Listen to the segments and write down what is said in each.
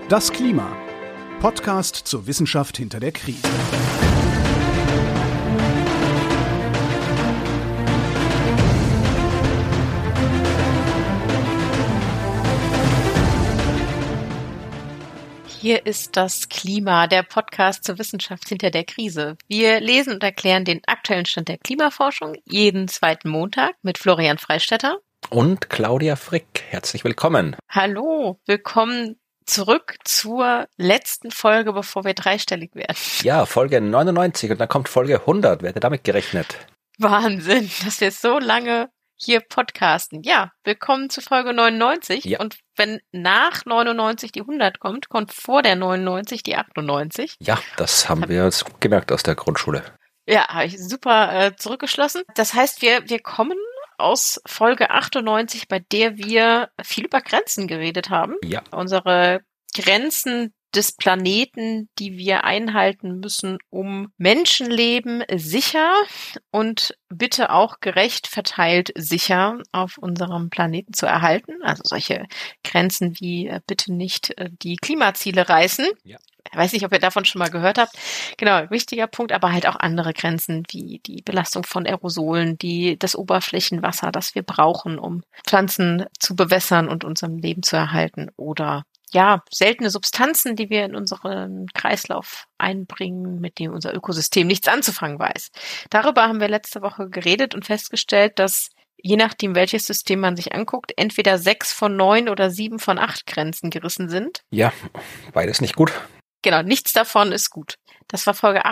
Das Klima. Podcast zur Wissenschaft hinter der Krise. Hier ist das Klima, der Podcast zur Wissenschaft hinter der Krise. Wir lesen und erklären den aktuellen Stand der Klimaforschung jeden zweiten Montag mit Florian Freistetter und Claudia Frick. Herzlich willkommen. Hallo, willkommen zurück zur letzten Folge, bevor wir dreistellig werden. Ja, Folge 99 und dann kommt Folge 100. Wer hätte damit gerechnet? Wahnsinn, dass wir so lange hier podcasten. Ja, willkommen zu Folge 99. Ja. Und wenn nach 99 die 100 kommt vor der 99 die 98. Ja, das haben wir uns gemerkt aus der Grundschule. Ja, habe ich super zurückgeschlossen. Das heißt, wir kommen aus Folge 98, bei der wir viel über Grenzen geredet haben. Ja. Unsere Grenzen des Planeten, die wir einhalten müssen, um Menschenleben sicher und bitte auch gerecht verteilt sicher auf unserem Planeten zu erhalten. Also solche Grenzen wie bitte nicht die Klimaziele reißen. Ja. Ich weiß nicht, ob ihr davon schon mal gehört habt. Genau, wichtiger Punkt, aber halt auch andere Grenzen wie die Belastung von Aerosolen, das Oberflächenwasser, das wir brauchen, um Pflanzen zu bewässern und unserem Leben zu erhalten, oder ja, seltene Substanzen, die wir in unseren Kreislauf einbringen, mit denen unser Ökosystem nichts anzufangen weiß. Darüber haben wir letzte Woche geredet und festgestellt, dass je nachdem, welches System man sich anguckt, entweder 6 von 9 oder 7 von 8 Grenzen gerissen sind. Ja, beides nicht gut. Genau, nichts davon ist gut. Das war Folge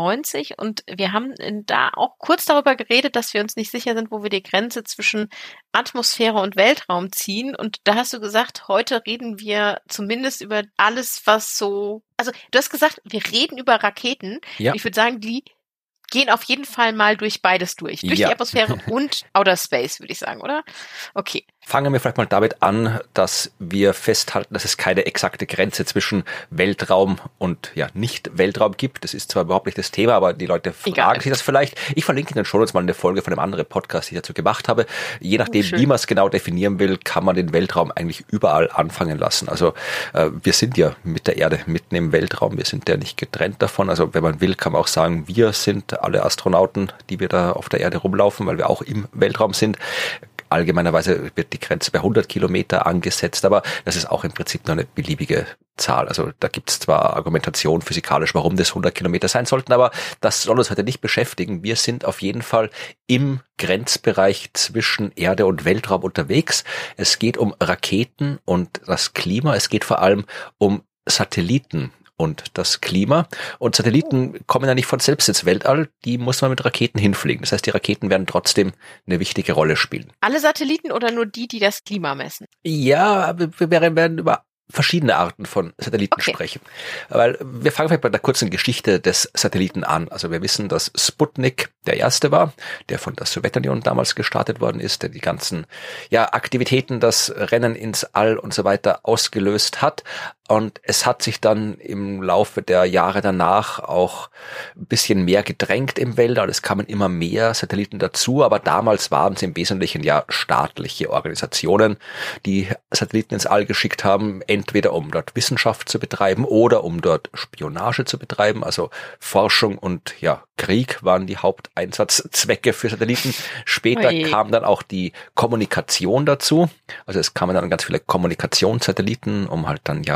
98 und wir haben da auch kurz darüber geredet, dass wir uns nicht sicher sind, wo wir die Grenze zwischen Atmosphäre und Weltraum ziehen. Und da hast du gesagt, heute reden wir zumindest über alles, was so... Also du hast gesagt, wir reden über Raketen. Ja. Ich würde sagen, die gehen auf jeden Fall mal durch beides durch. Durch die Atmosphäre und Outer Space, würde ich sagen, oder? Okay. Fangen wir vielleicht mal damit an, dass wir festhalten, dass es keine exakte Grenze zwischen Weltraum und Nicht-Weltraum gibt. Das ist zwar überhaupt nicht das Thema, aber die Leute fragen sich das vielleicht. Ich verlinke Ihnen schon mal eine Folge von einem anderen Podcast, die ich dazu gemacht habe. Je nachdem, wie man es genau definieren will, kann man den Weltraum eigentlich überall anfangen lassen. Also wir sind ja mit der Erde mitten im Weltraum. Wir sind ja nicht getrennt davon. Also wenn man will, kann man auch sagen, wir sind alle Astronauten, die wir da auf der Erde rumlaufen, weil wir auch im Weltraum sind. Allgemeinerweise wird die Grenze bei 100 Kilometer angesetzt, aber das ist auch im Prinzip nur eine beliebige Zahl. Also da gibt es zwar Argumentation physikalisch, warum das 100 Kilometer sein sollten, aber das soll uns heute nicht beschäftigen. Wir sind auf jeden Fall im Grenzbereich zwischen Erde und Weltraum unterwegs. Es geht um Raketen und das Klima. Es geht vor allem um Satelliten und das Klima. Und Satelliten kommen ja nicht von selbst ins Weltall, die muss man mit Raketen hinfliegen. Das heißt, die Raketen werden trotzdem eine wichtige Rolle spielen. Alle Satelliten oder nur die das Klima messen? Ja, wir werden über verschiedene Arten von Satelliten sprechen. Weil wir fangen vielleicht bei der kurzen Geschichte des Satelliten an. Also wir wissen, dass Sputnik der erste war, der von der Sowjetunion damals gestartet worden ist, der die ganzen Aktivitäten, das Rennen ins All und so weiter ausgelöst hat. Und es hat sich dann im Laufe der Jahre danach auch ein bisschen mehr gedrängt im Weltall. Es kamen immer mehr Satelliten dazu, aber damals waren es im Wesentlichen staatliche Organisationen, die Satelliten ins All geschickt haben, entweder um dort Wissenschaft zu betreiben oder um dort Spionage zu betreiben. Also Forschung und Krieg waren die Haupteinsatzzwecke für Satelliten. Später kam dann auch die Kommunikation dazu. Also es kamen dann ganz viele Kommunikationssatelliten, um halt dann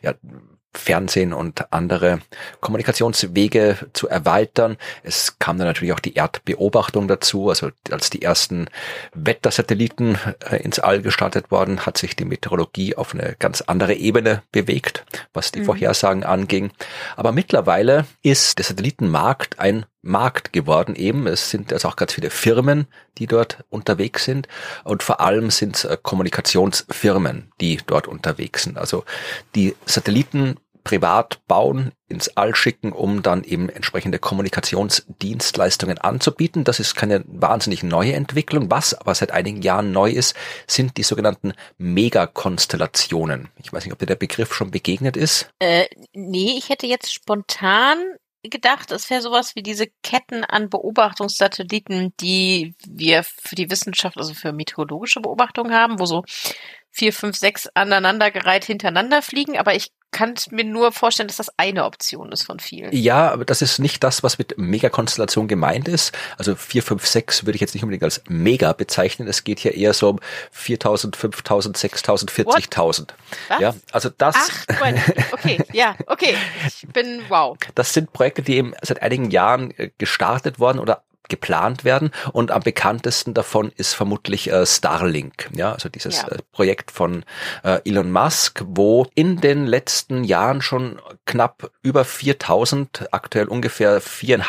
Fernsehen und andere Kommunikationswege zu erweitern. Es kam dann natürlich auch die Erdbeobachtung dazu. Also als die ersten Wettersatelliten ins All gestartet worden, hat sich die Meteorologie auf eine ganz andere Ebene bewegt, was die Vorhersagen anging. Aber mittlerweile ist der Satellitenmarkt ein Markt geworden eben. Es sind also auch ganz viele Firmen, die dort unterwegs sind. Und vor allem sind es Kommunikationsfirmen, die dort unterwegs sind. Also die Satelliten privat bauen, ins All schicken, um dann eben entsprechende Kommunikationsdienstleistungen anzubieten. Das ist keine wahnsinnig neue Entwicklung. Was aber seit einigen Jahren neu ist, sind die sogenannten Megakonstellationen. Ich weiß nicht, ob dir der Begriff schon begegnet ist. Nee, ich hätte jetzt spontan gedacht, es wäre sowas wie diese Ketten an Beobachtungssatelliten, die wir für die Wissenschaft, also für meteorologische Beobachtungen haben, wo so 4, 5, 6 aneinandergereiht hintereinander fliegen. Aber ich kann mir nur vorstellen, dass das eine Option ist von vielen. Ja, aber das ist nicht das, was mit Megakonstellation gemeint ist. Also 4, 5, 6 würde ich jetzt nicht unbedingt als Mega bezeichnen. Es geht hier eher so um 4.000, 5.000, 6.000, 40.000. Ja, also das. Ach, okay, ja, okay. Ich bin wow. Das sind Projekte, die eben seit einigen Jahren gestartet worden oder geplant werden, und am bekanntesten davon ist vermutlich Starlink, ja, also dieses Projekt von Elon Musk, wo in den letzten Jahren schon knapp über 4.000, aktuell ungefähr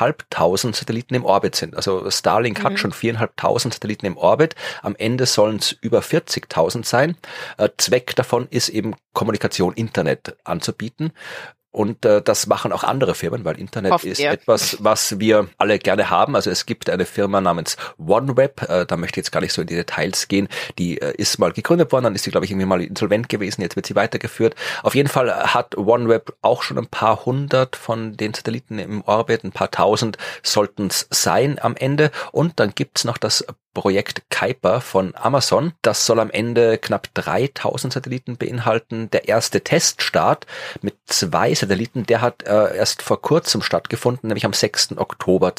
4.500 Satelliten im Orbit sind. Also Starlink hat schon 4.500 Satelliten im Orbit, am Ende sollen es über 40.000 sein. Zweck davon ist eben Kommunikation, Internet anzubieten. Und das machen auch andere Firmen, weil Internet ist etwas, was wir alle gerne haben. Also es gibt eine Firma namens OneWeb, da möchte ich jetzt gar nicht so in die Details gehen, die ist mal gegründet worden, dann ist sie, glaube ich, irgendwie mal insolvent gewesen, jetzt wird sie weitergeführt. Auf jeden Fall hat OneWeb auch schon ein paar hundert von den Satelliten im Orbit, ein paar tausend sollten es sein am Ende. Und dann gibt's noch das Projekt Kuiper von Amazon. Das soll am Ende knapp 3.000 Satelliten beinhalten. Der erste Teststart mit 2 Satelliten, der hat erst vor kurzem stattgefunden, nämlich am 6. Oktober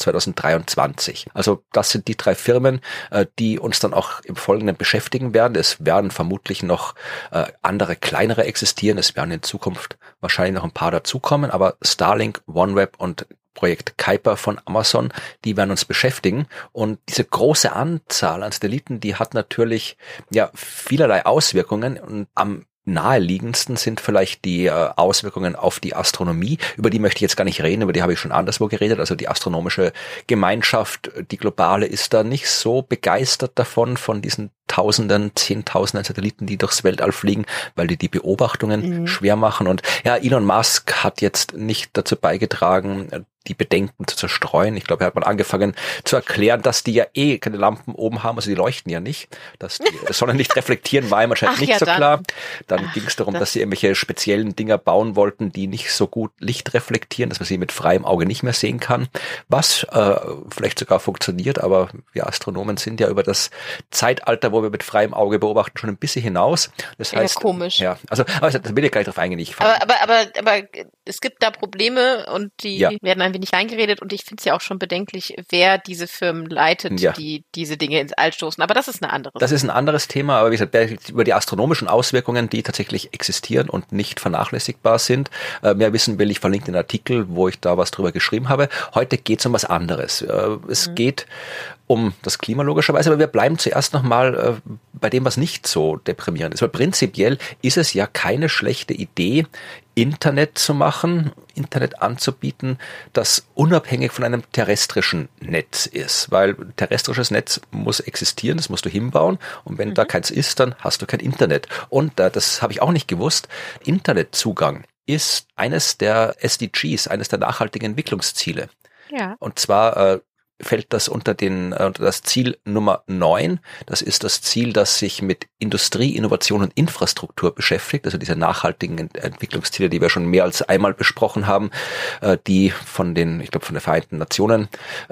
2023. Also das sind die 3 Firmen, die uns dann auch im Folgenden beschäftigen werden. Es werden vermutlich noch andere, kleinere existieren. Es werden in Zukunft wahrscheinlich noch ein paar dazukommen, aber Starlink, OneWeb und Projekt Kuiper von Amazon, die werden uns beschäftigen. Und diese große Anzahl an Satelliten, die hat natürlich vielerlei Auswirkungen, und am naheliegendsten sind vielleicht die Auswirkungen auf die Astronomie. Über die möchte ich jetzt gar nicht reden, über die habe ich schon anderswo geredet. Also die astronomische Gemeinschaft, die globale, ist da nicht so begeistert davon, von diesen Tausenden, Zehntausenden Satelliten, die durchs Weltall fliegen, weil die Beobachtungen schwer machen. Und ja, Elon Musk hat jetzt nicht dazu beigetragen, die Bedenken zu zerstreuen. Ich glaube, er hat mal angefangen zu erklären, dass die ja keine Lampen oben haben, also die leuchten ja nicht, dass die Sonne nicht reflektieren, war ihm anscheinend nicht so klar. Dann ging es darum, dass sie irgendwelche speziellen Dinger bauen wollten, die nicht so gut Licht reflektieren, dass man sie mit freiem Auge nicht mehr sehen kann, was vielleicht sogar funktioniert, aber wir Astronomen sind ja über das Zeitalter, wo wir mit freiem Auge beobachten, schon ein bisschen hinaus. Das heißt, komisch. Ja, also aber da will ich gleich drauf eingehen. Aber es gibt da Probleme, und die werden ein wenig reingeredet, und ich finde es ja auch schon bedenklich, wer diese Firmen leitet, die diese Dinge ins All stoßen. Aber das ist eine andere. Das ist ein anderes Thema, aber wie gesagt, über die astronomischen Auswirkungen, die tatsächlich existieren und nicht vernachlässigbar sind. Mehr wissen will, ich verlinke den Artikel, wo ich da was drüber geschrieben habe. Heute geht es um was anderes. Es geht um das Klima logischerweise, aber wir bleiben zuerst nochmal bei dem, was nicht so deprimierend ist. Weil prinzipiell ist es ja keine schlechte Idee, Internet zu machen, Internet anzubieten, das unabhängig von einem terrestrischen Netz ist. Weil terrestrisches Netz muss existieren, das musst du hinbauen, und wenn da keins ist, dann hast du kein Internet. Und das habe ich auch nicht gewusst, Internetzugang ist eines der SDGs, eines der nachhaltigen Entwicklungsziele. Ja. Und zwar fällt das unter das Ziel Nummer 9. Das ist das Ziel, das sich mit Industrie, Innovation und Infrastruktur beschäftigt, also diese nachhaltigen Entwicklungsziele, die wir schon mehr als einmal besprochen haben, die von den Vereinten Nationen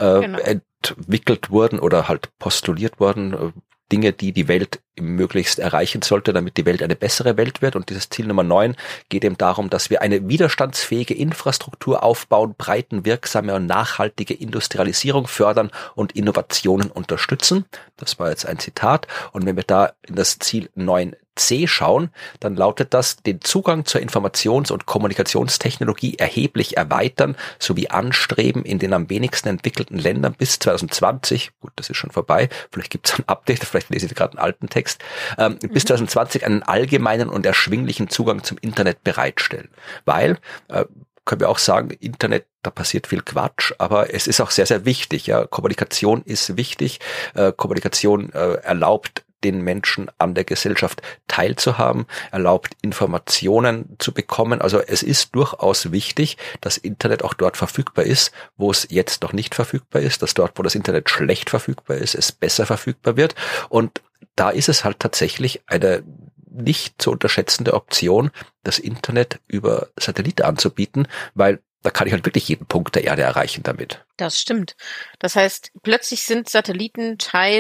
entwickelt wurden oder halt postuliert wurden, Dinge, die die Welt möglichst erreichen sollte, damit die Welt eine bessere Welt wird. Und dieses Ziel Nummer 9 geht eben darum, dass wir eine widerstandsfähige Infrastruktur aufbauen, breitenwirksame und nachhaltige Industrialisierung fördern und Innovationen unterstützen. Das war jetzt ein Zitat. Und wenn wir da in das Ziel 9c schauen, dann lautet das: den Zugang zur Informations- und Kommunikationstechnologie erheblich erweitern sowie anstreben, in den am wenigsten entwickelten Ländern bis 2020, gut, das ist schon vorbei, vielleicht gibt es ein Update, vielleicht lese ich gerade einen alten Text, bis 2020 einen allgemeinen und erschwinglichen Zugang zum Internet bereitstellen. Weil, können wir auch sagen, Internet, da passiert viel Quatsch, aber es ist auch sehr, sehr wichtig. Ja, Kommunikation ist wichtig. Kommunikation erlaubt den Menschen an der Gesellschaft teilzuhaben, erlaubt Informationen zu bekommen. Also es ist durchaus wichtig, dass Internet auch dort verfügbar ist, wo es jetzt noch nicht verfügbar ist, dass dort, wo das Internet schlecht verfügbar ist, es besser verfügbar wird. Und da ist es halt tatsächlich eine nicht zu unterschätzende Option, das Internet über Satellit anzubieten, weil da kann ich halt wirklich jeden Punkt der Erde erreichen damit. Das stimmt. Das heißt, plötzlich sind Satelliten Teil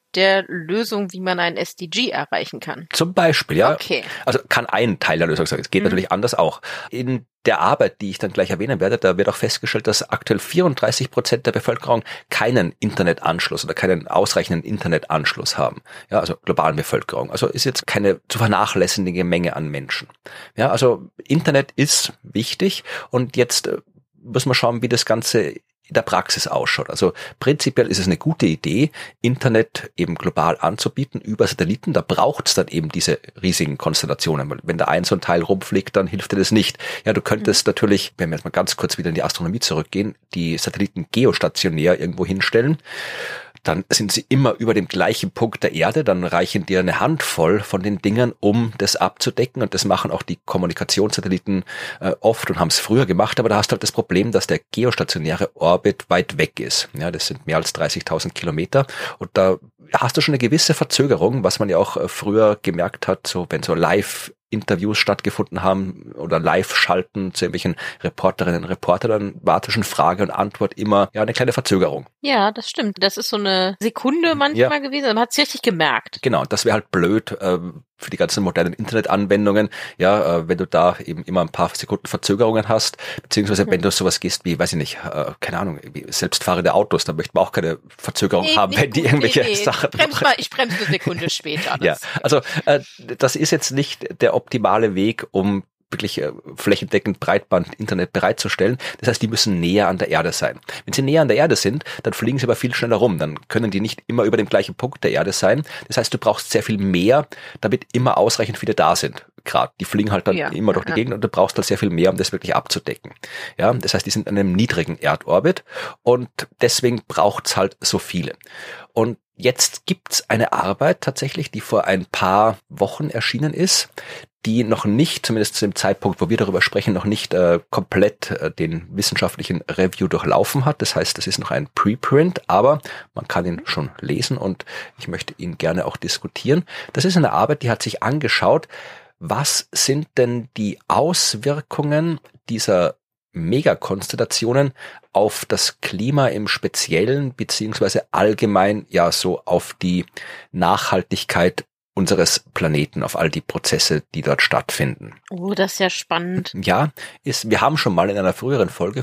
der Lösung, wie man ein SDG erreichen kann. Zum Beispiel, ja. Okay. Also kann ein Teil der Lösung sein. Es geht natürlich anders auch. In der Arbeit, die ich dann gleich erwähnen werde, da wird auch festgestellt, dass aktuell 34% der Bevölkerung keinen Internetanschluss oder keinen ausreichenden Internetanschluss haben. Ja, also globalen Bevölkerung. Also ist jetzt keine zu vernachlässigende Menge an Menschen. Ja, also Internet ist wichtig und jetzt müssen wir schauen, wie das Ganze in der Praxis ausschaut. Also prinzipiell ist es eine gute Idee, Internet eben global anzubieten über Satelliten. Da braucht es dann eben diese riesigen Konstellationen. Weil wenn da so ein Teil rumfliegt, dann hilft dir das nicht. Ja, du könntest natürlich, wenn wir jetzt mal ganz kurz wieder in die Astronomie zurückgehen, die Satelliten geostationär irgendwo hinstellen. Dann sind sie immer über dem gleichen Punkt der Erde, dann reichen dir eine Handvoll von den Dingern, um das abzudecken, und das machen auch die Kommunikationssatelliten oft und haben es früher gemacht, aber da hast du halt das Problem, dass der geostationäre Orbit weit weg ist. Ja, das sind mehr als 30.000 Kilometer und da hast du schon eine gewisse Verzögerung, was man ja auch früher gemerkt hat, so wenn so Live-Interviews stattgefunden haben oder Live-Schalten zu irgendwelchen Reporterinnen und Reportern, dann war zwischen Frage und Antwort immer eine kleine Verzögerung. Ja, das stimmt. Das ist so eine Sekunde manchmal gewesen. Man hat es richtig gemerkt. Genau, das wäre halt blöd für die ganzen modernen Internetanwendungen, ja, wenn du da eben immer ein paar Sekunden Verzögerungen hast, beziehungsweise wenn du sowas gehst wie, weiß ich nicht, keine Ahnung, wie selbstfahrende Autos, da möchte man auch keine Verzögerung haben, wenn die irgendwelche Sachen... Ich bremse eine Sekunde später. Ja, also das ist jetzt nicht der optimale Weg, um wirklich flächendeckend Breitband-Internet bereitzustellen. Das heißt, die müssen näher an der Erde sein. Wenn sie näher an der Erde sind, dann fliegen sie aber viel schneller rum. Dann können die nicht immer über dem gleichen Punkt der Erde sein. Das heißt, du brauchst sehr viel mehr, damit immer ausreichend viele da sind. Gerade, die fliegen halt dann immer durch die Gegend und du brauchst halt sehr viel mehr, um das wirklich abzudecken. Ja, das heißt, die sind in einem niedrigen Erdorbit und deswegen braucht's halt so viele. Und jetzt gibt's eine Arbeit tatsächlich, die vor ein paar Wochen erschienen ist, die noch nicht, zumindest zu dem Zeitpunkt, wo wir darüber sprechen, noch nicht komplett den wissenschaftlichen Review durchlaufen hat. Das heißt, das ist noch ein Preprint, aber man kann ihn schon lesen und ich möchte ihn gerne auch diskutieren. Das ist eine Arbeit, die hat sich angeschaut, was sind denn die Auswirkungen dieser Megakonstellationen auf das Klima im Speziellen, beziehungsweise allgemein ja so auf die Nachhaltigkeit unseres Planeten, auf all die Prozesse, die dort stattfinden. Oh, das ist ja spannend. Ja, wir haben schon mal in einer früheren Folge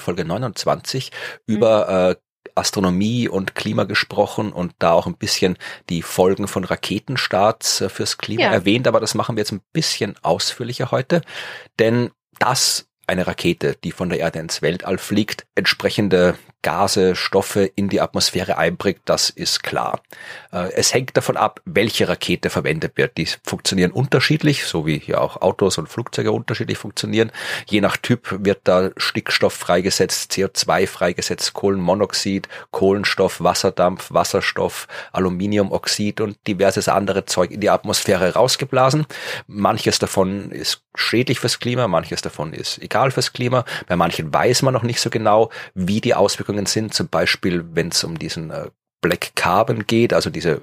29, über Astronomie und Klima gesprochen und da auch ein bisschen die Folgen von Raketenstarts fürs Klima erwähnt, aber das machen wir jetzt ein bisschen ausführlicher heute, denn dass eine Rakete, die von der Erde ins Weltall fliegt, entsprechende Gase, Stoffe in die Atmosphäre einbringt, das ist klar. Es hängt davon ab, welche Rakete verwendet wird. Die funktionieren unterschiedlich, so wie hier auch Autos und Flugzeuge unterschiedlich funktionieren. Je nach Typ wird da Stickstoff freigesetzt, CO2 freigesetzt, Kohlenmonoxid, Kohlenstoff, Wasserdampf, Wasserstoff, Aluminiumoxid und diverses andere Zeug in die Atmosphäre rausgeblasen. Manches davon ist schädlich fürs Klima, manches davon ist egal fürs Klima. Bei manchen weiß man noch nicht so genau, wie die Auswirkungen sind, zum Beispiel wenn es um diesen Black Carbon geht, also diese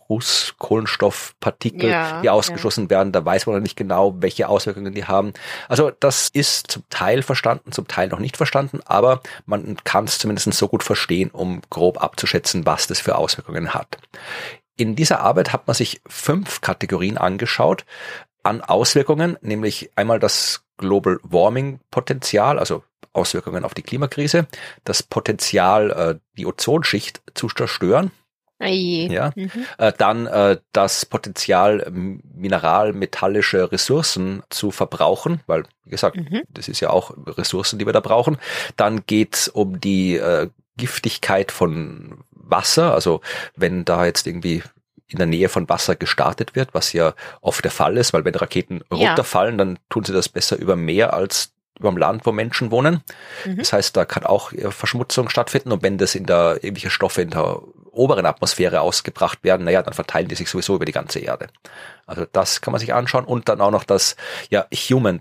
Kohlenstoffpartikel, die ausgestoßen werden, da weiß man noch nicht genau, welche Auswirkungen die haben. Also das ist zum Teil verstanden, zum Teil noch nicht verstanden, aber man kann es zumindest so gut verstehen, um grob abzuschätzen, was das für Auswirkungen hat. In dieser Arbeit hat man sich 5 Kategorien angeschaut an Auswirkungen, nämlich einmal das Global Warming Potenzial, also Auswirkungen auf die Klimakrise, das Potenzial, die Ozonschicht zu zerstören. Ja, dann das Potenzial, mineralmetallische Ressourcen zu verbrauchen, weil, wie gesagt, das ist ja auch Ressourcen, die wir da brauchen. Dann geht's um die Giftigkeit von Wasser, also wenn da jetzt irgendwie in der Nähe von Wasser gestartet wird, was ja oft der Fall ist, weil wenn Raketen runterfallen, dann tun sie das besser über Meer als über dem Land, wo Menschen wohnen. Das heißt, da kann auch Verschmutzung stattfinden und wenn das irgendwelche Stoffe in der oberen Atmosphäre ausgebracht werden, dann verteilen die sich sowieso über die ganze Erde. Also das kann man sich anschauen und dann auch noch das Human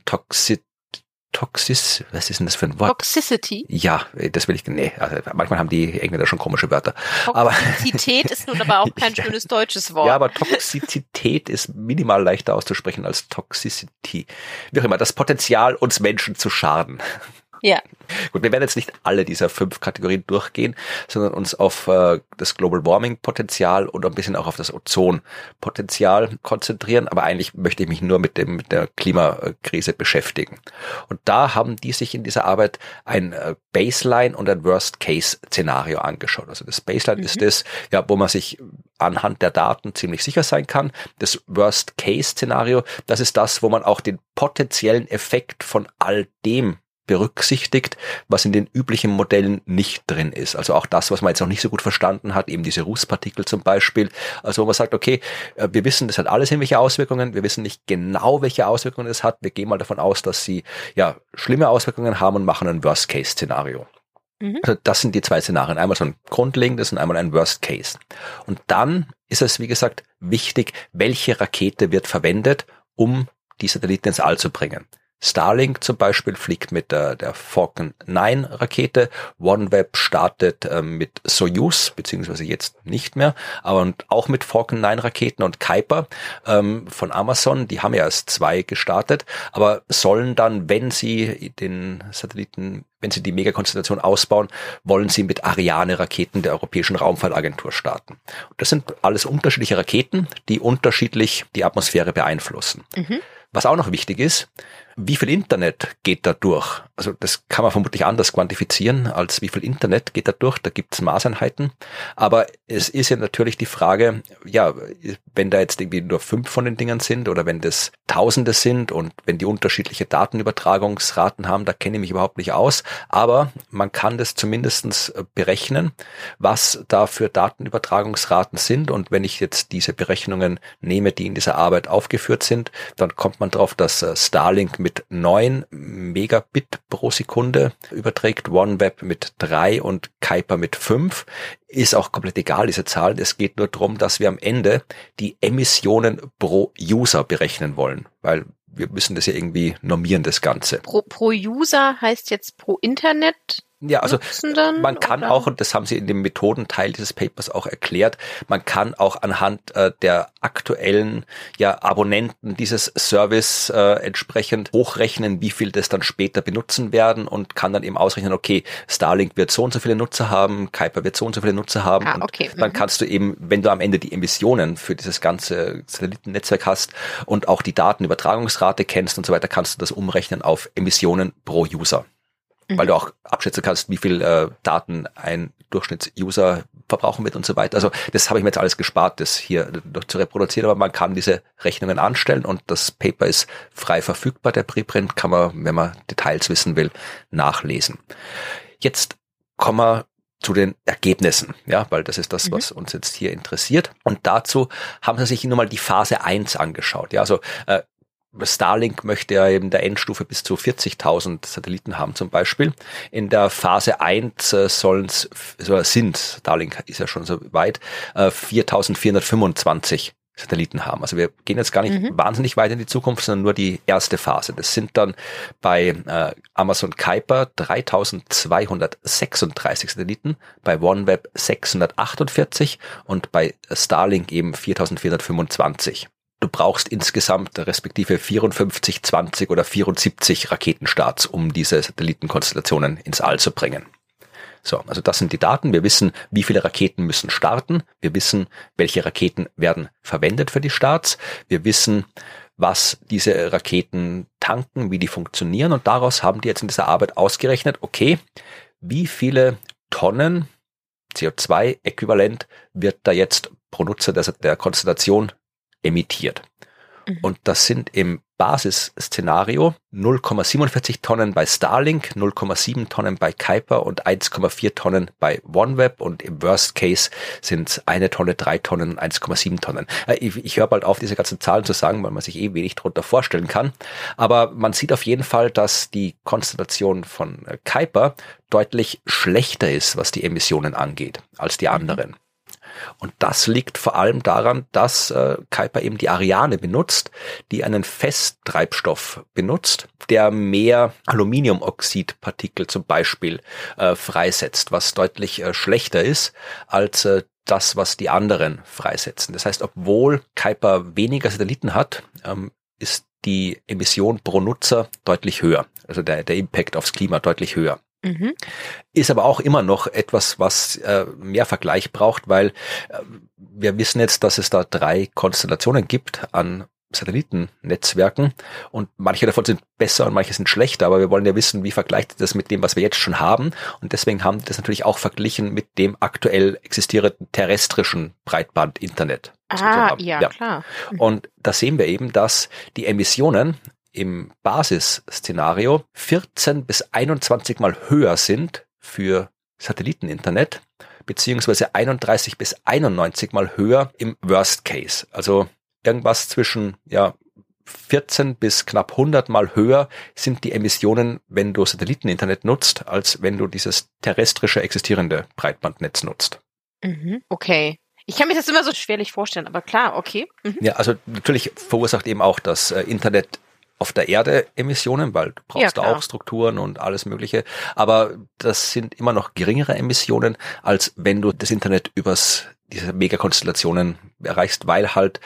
was ist denn das für ein Wort? Toxicity? Ja, das will ich, also manchmal haben die Engländer schon komische Wörter. Toxizität ist nun aber auch kein schönes deutsches Wort. Ja, aber Toxizität ist minimal leichter auszusprechen als Toxicity. Wie auch immer, das Potenzial, uns Menschen zu schaden. Ja. Gut, wir werden jetzt nicht alle dieser 5 Kategorien durchgehen, sondern uns auf das Global Warming Potenzial und ein bisschen auch auf das Ozonpotenzial konzentrieren. Aber eigentlich möchte ich mich nur mit der Klimakrise beschäftigen. Und da haben die sich in dieser Arbeit ein Baseline und ein Worst-Case-Szenario angeschaut. Also das Baseline ist das, ja, wo man sich anhand der Daten ziemlich sicher sein kann. Das Worst-Case-Szenario, das ist das, wo man auch den potenziellen Effekt von all dem berücksichtigt, was in den üblichen Modellen nicht drin ist. Also auch das, was man jetzt noch nicht so gut verstanden hat, eben diese Rußpartikel zum Beispiel. Also wo man sagt, okay, wir wissen, das hat alles irgendwelche Auswirkungen, wir wissen nicht genau, welche Auswirkungen es hat. Wir gehen mal davon aus, dass sie ja schlimme Auswirkungen haben und machen ein Worst-Case-Szenario. Also das sind die 2 Szenarien. Einmal so ein grundlegendes und einmal ein Worst-Case. Und dann ist es, wie gesagt, wichtig, welche Rakete wird verwendet, um die Satelliten ins All zu bringen. Starlink zum Beispiel fliegt mit der Falcon 9 Rakete. OneWeb startet mit Soyuz, beziehungsweise jetzt nicht mehr, aber auch mit Falcon 9 Raketen, und Kuiper von Amazon, die haben ja erst 2 gestartet, aber sollen dann, wenn sie den Satelliten, wenn sie die Megakonstellation ausbauen, wollen sie mit Ariane-Raketen der Europäischen Raumfahrtagentur starten. Und das sind alles unterschiedliche Raketen, die unterschiedlich die Atmosphäre beeinflussen. Was auch noch wichtig ist, wie viel Internet geht da durch? Also das kann man vermutlich anders quantifizieren, als wie viel Internet geht da durch. Da gibt es Maßeinheiten. Aber es ist ja natürlich die Frage, ja, wenn da jetzt irgendwie nur 5 von den Dingern sind oder wenn das Tausende sind und wenn die unterschiedliche Datenübertragungsraten haben, da kenne ich mich überhaupt nicht aus. Aber man kann das zumindestens berechnen, was da für Datenübertragungsraten sind. Und wenn ich jetzt diese Berechnungen nehme, die in dieser Arbeit aufgeführt sind, dann kommt man drauf, dass Starlink mit 9 Megabit pro Sekunde überträgt, OneWeb mit 3 und Kuiper mit 5. Ist auch komplett egal, diese Zahlen. Es geht nur darum, dass wir am Ende die Emissionen pro User berechnen wollen, weil wir müssen das ja irgendwie normieren, das Ganze. Pro User heißt jetzt pro Internet? Ja, also man kann oder? auch, und das haben sie in dem Methodenteil dieses Papers auch erklärt, man kann auch anhand der aktuellen Abonnenten dieses Service entsprechend hochrechnen, wie viel das dann später benutzen werden, und kann dann eben ausrechnen, okay, Starlink wird so und so viele Nutzer haben, Kuiper wird so und so viele Nutzer haben, und okay. dann kannst du eben, wenn du am Ende die Emissionen für dieses ganze Satellitennetzwerk hast und auch die Datenübertragungsrate kennst und so weiter, kannst du das umrechnen auf Emissionen pro User. Weil du auch abschätzen kannst, wie viel Daten ein Durchschnittsuser verbrauchen wird und so weiter. Also das habe ich mir jetzt alles gespart, das hier zu reproduzieren, aber man kann diese Rechnungen anstellen und das Paper ist frei verfügbar. Der Preprint kann man, wenn man Details wissen will, nachlesen. Jetzt kommen wir zu den Ergebnissen, ja, weil das ist das, was uns jetzt hier interessiert. Und dazu haben sie sich nur mal die Phase 1 angeschaut. Ja, also Starlink möchte ja eben der Endstufe bis zu 40.000 Satelliten haben zum Beispiel. In der Phase 1 Starlink ist ja schon so weit, 4.425 Satelliten haben. Also wir gehen jetzt gar nicht wahnsinnig weit in die Zukunft, sondern nur die erste Phase. Das sind dann bei Amazon Kuiper 3.236 Satelliten, bei OneWeb 648 und bei Starlink eben 4.425. Du brauchst insgesamt respektive 54, 20 oder 74 Raketenstarts, um diese Satellitenkonstellationen ins All zu bringen. So, also das sind die Daten. Wir wissen, wie viele Raketen müssen starten. Wir wissen, welche Raketen werden verwendet für die Starts. Wir wissen, was diese Raketen tanken, wie die funktionieren. Und daraus haben die jetzt in dieser Arbeit ausgerechnet, okay, wie viele Tonnen CO2-Äquivalent wird da jetzt pro Nutzer der Konstellation emittiert. Und das sind im Basisszenario 0,47 Tonnen bei Starlink, 0,7 Tonnen bei Kuiper und 1,4 Tonnen bei OneWeb, und im Worst Case sind es 1 Tonne, 3 Tonnen und 1,7 Tonnen. Ich höre bald auf, diese ganzen Zahlen zu sagen, weil man sich wenig darunter vorstellen kann. Aber man sieht auf jeden Fall, dass die Konstellation von Kuiper deutlich schlechter ist, was die Emissionen angeht, als die anderen. Und das liegt vor allem daran, dass Kuiper eben die Ariane benutzt, die einen Festtreibstoff benutzt, der mehr Aluminiumoxidpartikel zum Beispiel freisetzt, was deutlich schlechter ist als das, was die anderen freisetzen. Das heißt, obwohl Kuiper weniger Satelliten hat, ist die Emission pro Nutzer deutlich höher. Also der Impact aufs Klima deutlich höher. Ist aber auch immer noch etwas, was mehr Vergleich braucht, weil wir wissen jetzt, dass es da 3 Konstellationen gibt an Satellitennetzwerken und manche davon sind besser und manche sind schlechter, aber wir wollen ja wissen, wie vergleicht das mit dem, was wir jetzt schon haben, und deswegen haben die das natürlich auch verglichen mit dem aktuell existierenden terrestrischen Breitband-Internet. Ja, klar. Und da sehen wir eben, dass die Emissionen im Basisszenario 14 bis 21 Mal höher sind für Satelliteninternet, beziehungsweise 31 bis 91 Mal höher im Worst Case. Also irgendwas zwischen 14 bis knapp 100 Mal höher sind die Emissionen, wenn du Satelliteninternet nutzt, als wenn du dieses terrestrische existierende Breitbandnetz nutzt. Okay. Ich kann mir das immer so schwerlich vorstellen, aber klar, okay. Ja, also natürlich verursacht eben auch das Internet auf der Erde Emissionen, weil du brauchst da auch Strukturen und alles Mögliche. Aber das sind immer noch geringere Emissionen, als wenn du das Internet diese Megakonstellationen erreichst, weil halt,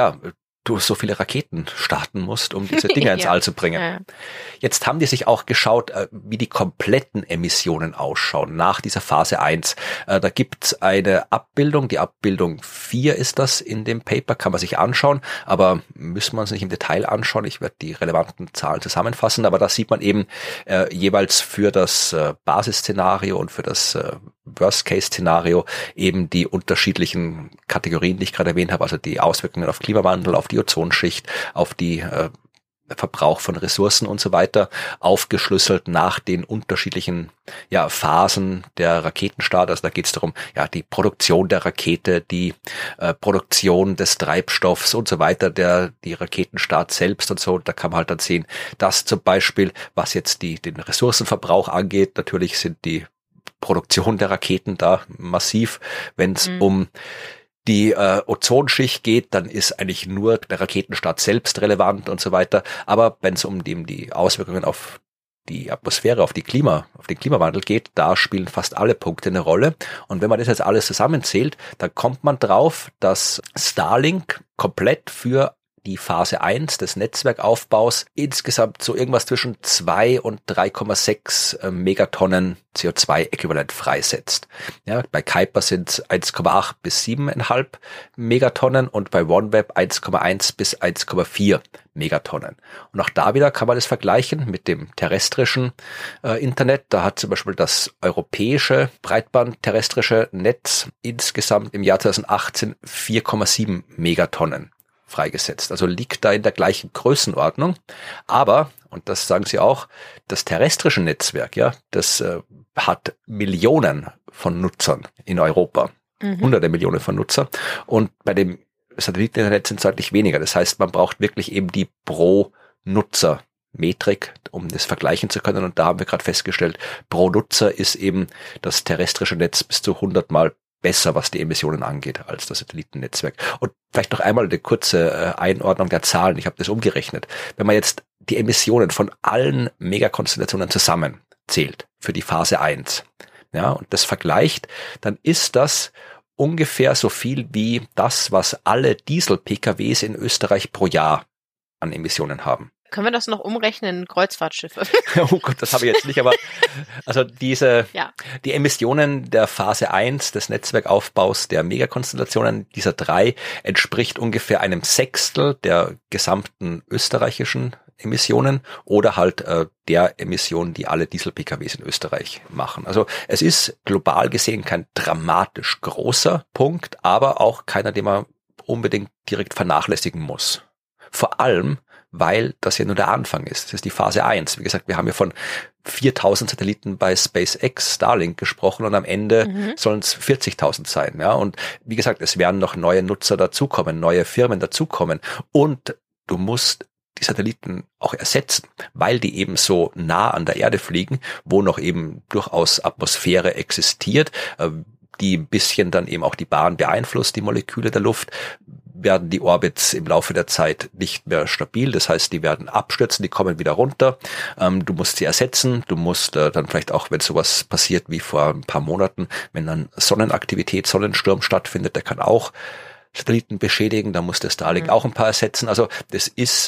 du so viele Raketen starten musst, um diese Dinge ins All zu bringen. Ja. Jetzt haben die sich auch geschaut, wie die kompletten Emissionen ausschauen nach dieser Phase 1. Da gibt's eine Abbildung, die Abbildung 4 ist das in dem Paper, kann man sich anschauen, aber müssen wir uns nicht im Detail anschauen. Ich werde die relevanten Zahlen zusammenfassen, aber da sieht man eben jeweils für das Basisszenario und für das Worst-Case-Szenario eben die unterschiedlichen Kategorien, die ich gerade erwähnt habe, also die Auswirkungen auf Klimawandel, auf die Ozonschicht, auf die Verbrauch von Ressourcen und so weiter, aufgeschlüsselt nach den unterschiedlichen Phasen der Raketenstart. Also da geht es darum, die Produktion der Rakete, die Produktion des Treibstoffs und so weiter, die Raketenstart selbst und so. Da kann man halt dann sehen, dass zum Beispiel, was jetzt den Ressourcenverbrauch angeht, natürlich sind die Produktion der Raketen da massiv. Wenn es um die Ozonschicht geht, dann ist eigentlich nur der Raketenstart selbst relevant und so weiter. Aber wenn es um die Auswirkungen auf die Atmosphäre, auf den Klimawandel geht, da spielen fast alle Punkte eine Rolle. Und wenn man das jetzt alles zusammenzählt, dann kommt man drauf, dass Starlink komplett für die Phase 1 des Netzwerkaufbaus insgesamt so irgendwas zwischen 2 und 3,6 Megatonnen CO2-Äquivalent freisetzt. Ja, bei Kuiper sind es 1,8 bis 7,5 Megatonnen und bei OneWeb 1,1 bis 1,4 Megatonnen. Und auch da wieder kann man das vergleichen mit dem terrestrischen Internet. Da hat zum Beispiel das europäische Breitband-terrestrische Netz insgesamt im Jahr 2018 4,7 Megatonnen freigesetzt. Also liegt da in der gleichen Größenordnung. Aber, und das sagen sie auch, das terrestrische Netzwerk, das hat Millionen von Nutzern in Europa. Hunderte Millionen von Nutzern. Und bei dem Satelliteninternet sind es deutlich weniger. Das heißt, man braucht wirklich eben die Pro-Nutzer-Metrik, um das vergleichen zu können. Und da haben wir gerade festgestellt, pro Nutzer ist eben das terrestrische Netz bis zu 100 Mal besser, was die Emissionen angeht, als das Satellitennetzwerk. Und vielleicht noch einmal eine kurze Einordnung der Zahlen. Ich habe das umgerechnet. Wenn man jetzt die Emissionen von allen Megakonstellationen zusammenzählt für die Phase 1, und das vergleicht, dann ist das ungefähr so viel wie das, was alle Diesel-PKWs in Österreich pro Jahr an Emissionen haben. Können wir das noch umrechnen in Kreuzfahrtschiffe? Oh Gott, das habe ich jetzt nicht, aber also die Emissionen der Phase 1 des Netzwerkaufbaus der Megakonstellationen, dieser 3, entspricht ungefähr einem Sechstel der gesamten österreichischen Emissionen oder halt der Emissionen, die alle Diesel-PKWs in Österreich machen. Also es ist global gesehen kein dramatisch großer Punkt, aber auch keiner, den man unbedingt direkt vernachlässigen muss. Vor allem, weil das ja nur der Anfang ist. Das ist die Phase 1. Wie gesagt, wir haben ja von 4.000 Satelliten bei SpaceX Starlink gesprochen und am Ende sollen es 40.000 sein. Ja? Und wie gesagt, es werden noch neue Nutzer dazukommen, neue Firmen dazukommen und du musst die Satelliten auch ersetzen, weil die eben so nah an der Erde fliegen, wo noch eben durchaus Atmosphäre existiert, die ein bisschen dann eben auch die Bahn beeinflusst, die Moleküle der Luft, werden die Orbits im Laufe der Zeit nicht mehr stabil. Das heißt, die werden abstürzen, die kommen wieder runter. Du musst sie ersetzen. Du musst dann vielleicht auch, wenn sowas passiert wie vor ein paar Monaten, wenn dann Sonnenaktivität, Sonnensturm stattfindet, der kann auch Satelliten beschädigen. Da muss der Starlink auch ein paar ersetzen. Also das ist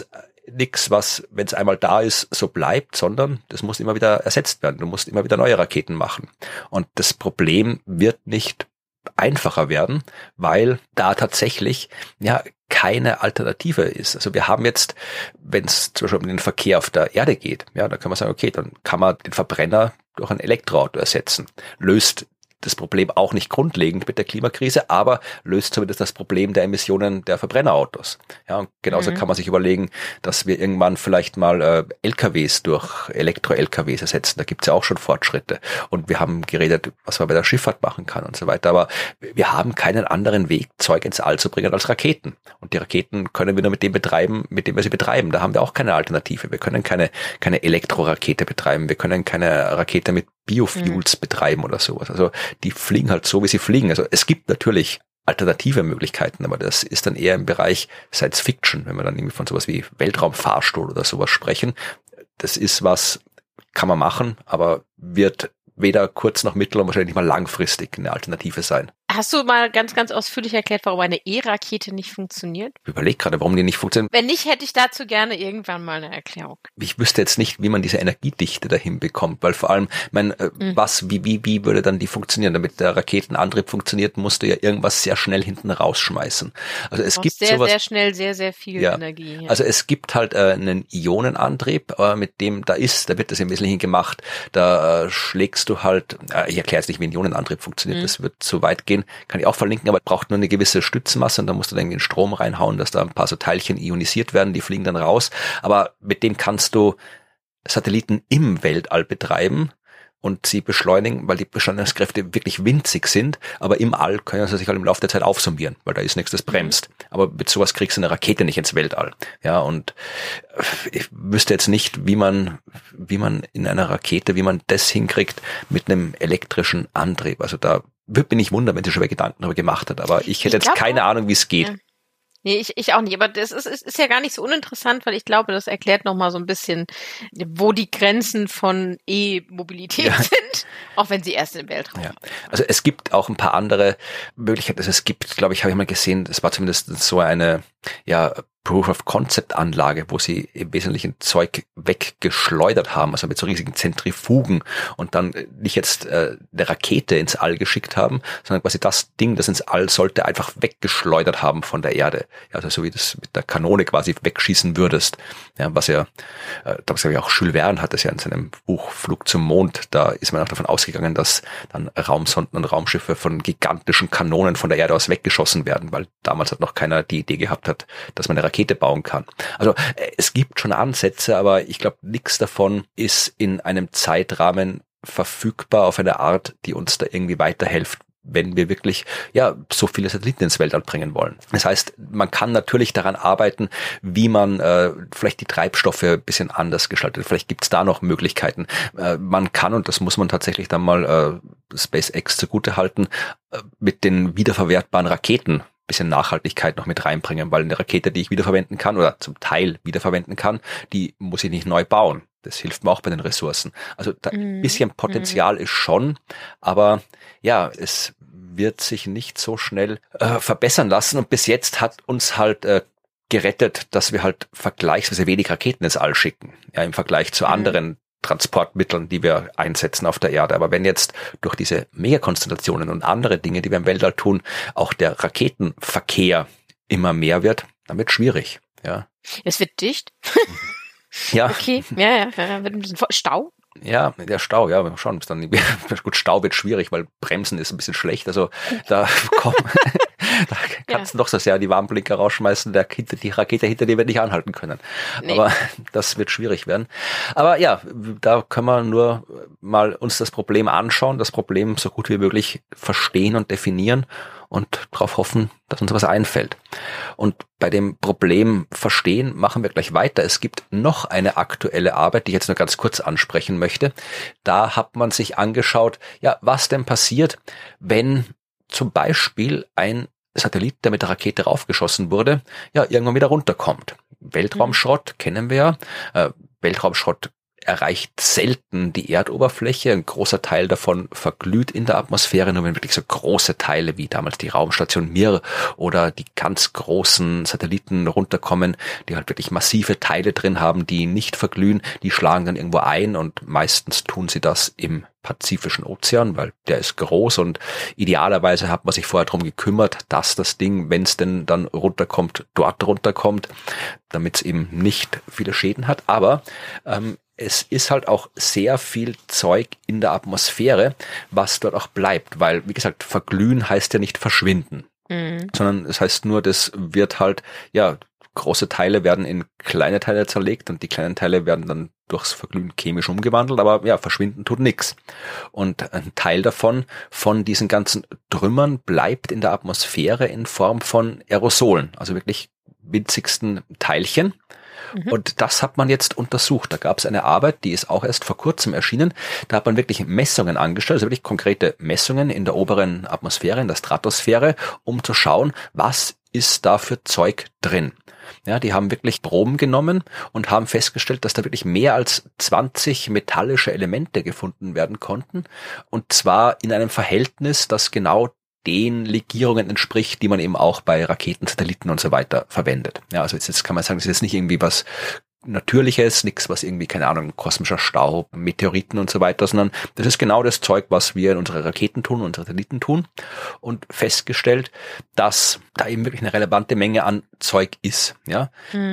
nichts, was, wenn es einmal da ist, so bleibt, sondern das muss immer wieder ersetzt werden. Du musst immer wieder neue Raketen machen. Und das Problem wird nicht einfacher werden, weil da tatsächlich keine Alternative ist. Also wir haben jetzt, wenn es zum Beispiel um den Verkehr auf der Erde geht, da kann man sagen, okay, dann kann man den Verbrenner durch ein Elektroauto ersetzen. Löst das Problem auch nicht grundlegend mit der Klimakrise, aber löst zumindest das Problem der Emissionen der Verbrennerautos. Ja, und genauso kann man sich überlegen, dass wir irgendwann vielleicht mal LKWs durch Elektro-LKWs ersetzen. Da gibt's ja auch schon Fortschritte. Und wir haben geredet, was man bei der Schifffahrt machen kann und so weiter. Aber wir haben keinen anderen Weg, Zeug ins All zu bringen als Raketen. Und die Raketen können wir nur mit dem betreiben, mit dem wir sie betreiben. Da haben wir auch keine Alternative. Wir können keine Elektrorakete betreiben. Wir können keine Rakete mit Biofuels betreiben oder sowas. Also die fliegen halt so, wie sie fliegen. Also es gibt natürlich alternative Möglichkeiten, aber das ist dann eher im Bereich Science Fiction, wenn wir dann irgendwie von sowas wie Weltraumfahrstuhl oder sowas sprechen. Das ist was, kann man machen, aber wird weder kurz noch mittel- und wahrscheinlich nicht mal langfristig eine Alternative sein. Hast du mal ganz, ganz ausführlich erklärt, warum eine E-Rakete nicht funktioniert? Ich überlege gerade, warum die nicht funktionieren. Wenn nicht, hätte ich dazu gerne irgendwann mal eine Erklärung. Ich wüsste jetzt nicht, wie man diese Energiedichte dahin bekommt, weil vor allem, wie würde dann die funktionieren? Damit der Raketenantrieb funktioniert, musst du ja irgendwas sehr schnell hinten rausschmeißen. Also es gibt sowas, sehr schnell, sehr viel Energie. Ja. Also es gibt halt einen Ionenantrieb, mit dem da wird das im Wesentlichen gemacht. Da schlägst du halt, ich erkläre jetzt nicht, wie ein Ionenantrieb funktioniert, das wird zu weit gehen. Kann ich auch verlinken, aber braucht nur eine gewisse Stützmasse und da musst du dann irgendwie einen Strom reinhauen, dass da ein paar so Teilchen ionisiert werden, die fliegen dann raus. Aber mit dem kannst du Satelliten im Weltall betreiben und sie beschleunigen, weil die Beschleunigungskräfte wirklich winzig sind, aber im All können sie sich halt im Laufe der Zeit aufsummieren, weil da ist nichts, das bremst. Aber mit sowas kriegst du eine Rakete nicht ins Weltall. Ja, und ich wüsste jetzt nicht, wie man in einer Rakete, wie man das hinkriegt mit einem elektrischen Antrieb. Also da würde mich nicht wundern, wenn sie schon mal Gedanken darüber gemacht hat, aber ich hätte jetzt keine Ahnung, wie es geht. Ja. Nee, ich auch nicht, aber das ist ja gar nicht so uninteressant, weil ich glaube, das erklärt nochmal so ein bisschen, wo die Grenzen von E-Mobilität sind, auch wenn sie erst im Weltraum sind. Also es gibt auch ein paar andere Möglichkeiten. Also es gibt, glaube ich, habe ich mal gesehen, das war zumindest so eine Proof-of-Concept-Anlage, wo sie im Wesentlichen Zeug weggeschleudert haben, also mit so riesigen Zentrifugen und dann nicht jetzt eine Rakete ins All geschickt haben, sondern quasi das Ding, das ins All sollte, einfach weggeschleudert haben von der Erde. Ja, also so wie das mit der Kanone quasi wegschießen würdest. Ja, was ja, damals glaube ich auch Jules Verne hat das ja in seinem Buch Flug zum Mond, da ist man auch davon ausgegangen, dass dann Raumsonden und Raumschiffe von gigantischen Kanonen von der Erde aus weggeschossen werden, weil damals hat noch keiner die Idee gehabt hat, dass man eine Rakete bauen kann. Also es gibt schon Ansätze, aber ich glaube, nichts davon ist in einem Zeitrahmen verfügbar auf eine Art, die uns da irgendwie weiterhilft, wenn wir wirklich so viele Satelliten ins Weltall bringen wollen. Das heißt, man kann natürlich daran arbeiten, wie man vielleicht die Treibstoffe ein bisschen anders gestaltet. Vielleicht gibt es da noch Möglichkeiten. Man kann, und das muss man tatsächlich dann mal SpaceX zugutehalten, mit den wiederverwertbaren Raketen bisschen Nachhaltigkeit noch mit reinbringen, weil eine Rakete, die ich wiederverwenden kann oder zum Teil wiederverwenden kann, die muss ich nicht neu bauen. Das hilft mir auch bei den Ressourcen. Also da ein bisschen Potenzial ist schon, aber es wird sich nicht so schnell verbessern lassen und bis jetzt hat uns halt gerettet, dass wir halt vergleichsweise wenig Raketen ins All schicken, im Vergleich zu anderen Transportmitteln, die wir einsetzen auf der Erde. Aber wenn jetzt durch diese Megakonstellationen und andere Dinge, die wir im Weltall tun, auch der Raketenverkehr immer mehr wird, dann wird es schwierig. Ja. Es wird dicht. Ja. Okay, ja, wird ein bisschen Stau. Ja, der Stau, schon. Dann, gut, Stau wird schwierig, weil Bremsen ist ein bisschen schlecht. Also da kannst du doch so sehr die Warnblinker rausschmeißen, die Rakete hinter dir wird nicht anhalten können. Nee. Aber das wird schwierig werden. Aber da können wir nur mal uns das Problem anschauen, das Problem so gut wie möglich verstehen und definieren und darauf hoffen, dass uns was einfällt. Und bei dem Problem verstehen machen wir gleich weiter. Es gibt noch eine aktuelle Arbeit, die ich jetzt nur ganz kurz ansprechen möchte. Da hat man sich angeschaut, was denn passiert, wenn zum Beispiel ein Satellit, der mit der Rakete raufgeschossen wurde, irgendwann wieder runterkommt. Weltraumschrott kennen wir ja. Weltraumschrott erreicht selten die Erdoberfläche. Ein großer Teil davon verglüht in der Atmosphäre, nur wenn wirklich so große Teile wie damals die Raumstation Mir oder die ganz großen Satelliten runterkommen, die halt wirklich massive Teile drin haben, die nicht verglühen, die schlagen dann irgendwo ein und meistens tun sie das im Pazifischen Ozean, weil der ist groß und idealerweise hat man sich vorher darum gekümmert, dass das Ding, wenn es denn dann runterkommt, dort runterkommt, damit es eben nicht viele Schäden hat. Aber es ist halt auch sehr viel Zeug in der Atmosphäre, was dort auch bleibt, weil, wie gesagt, verglühen heißt ja nicht verschwinden, sondern es heißt nur, das wird halt, ja, große Teile werden in kleine Teile zerlegt und die kleinen Teile werden dann durchs Verglühen chemisch umgewandelt, aber ja, verschwinden tut nichts. Und ein Teil davon, von diesen ganzen Trümmern, bleibt in der Atmosphäre in Form von Aerosolen, also wirklich winzigsten Teilchen. Und das hat man jetzt untersucht. Da gab es eine Arbeit, die ist auch erst vor kurzem erschienen. Da hat man wirklich Messungen angestellt, also wirklich konkrete Messungen in der oberen Atmosphäre, in der Stratosphäre, um zu schauen, was ist da für Zeug drin. Ja, die haben wirklich Proben genommen und haben festgestellt, dass da wirklich mehr als 20 metallische Elemente gefunden werden konnten. Und zwar in einem Verhältnis, das genau den Legierungen entspricht, die man eben auch bei Raketen, Satelliten und so weiter verwendet. Ja, also jetzt kann man sagen, das ist jetzt nicht irgendwie was Natürliches, nichts, was irgendwie, keine Ahnung, kosmischer Staub, Meteoriten und so weiter, sondern das ist genau das Zeug, was wir in unsere Raketen tun, unsere Satelliten tun, und festgestellt, dass da eben wirklich eine relevante Menge an Zeug ist. Ja,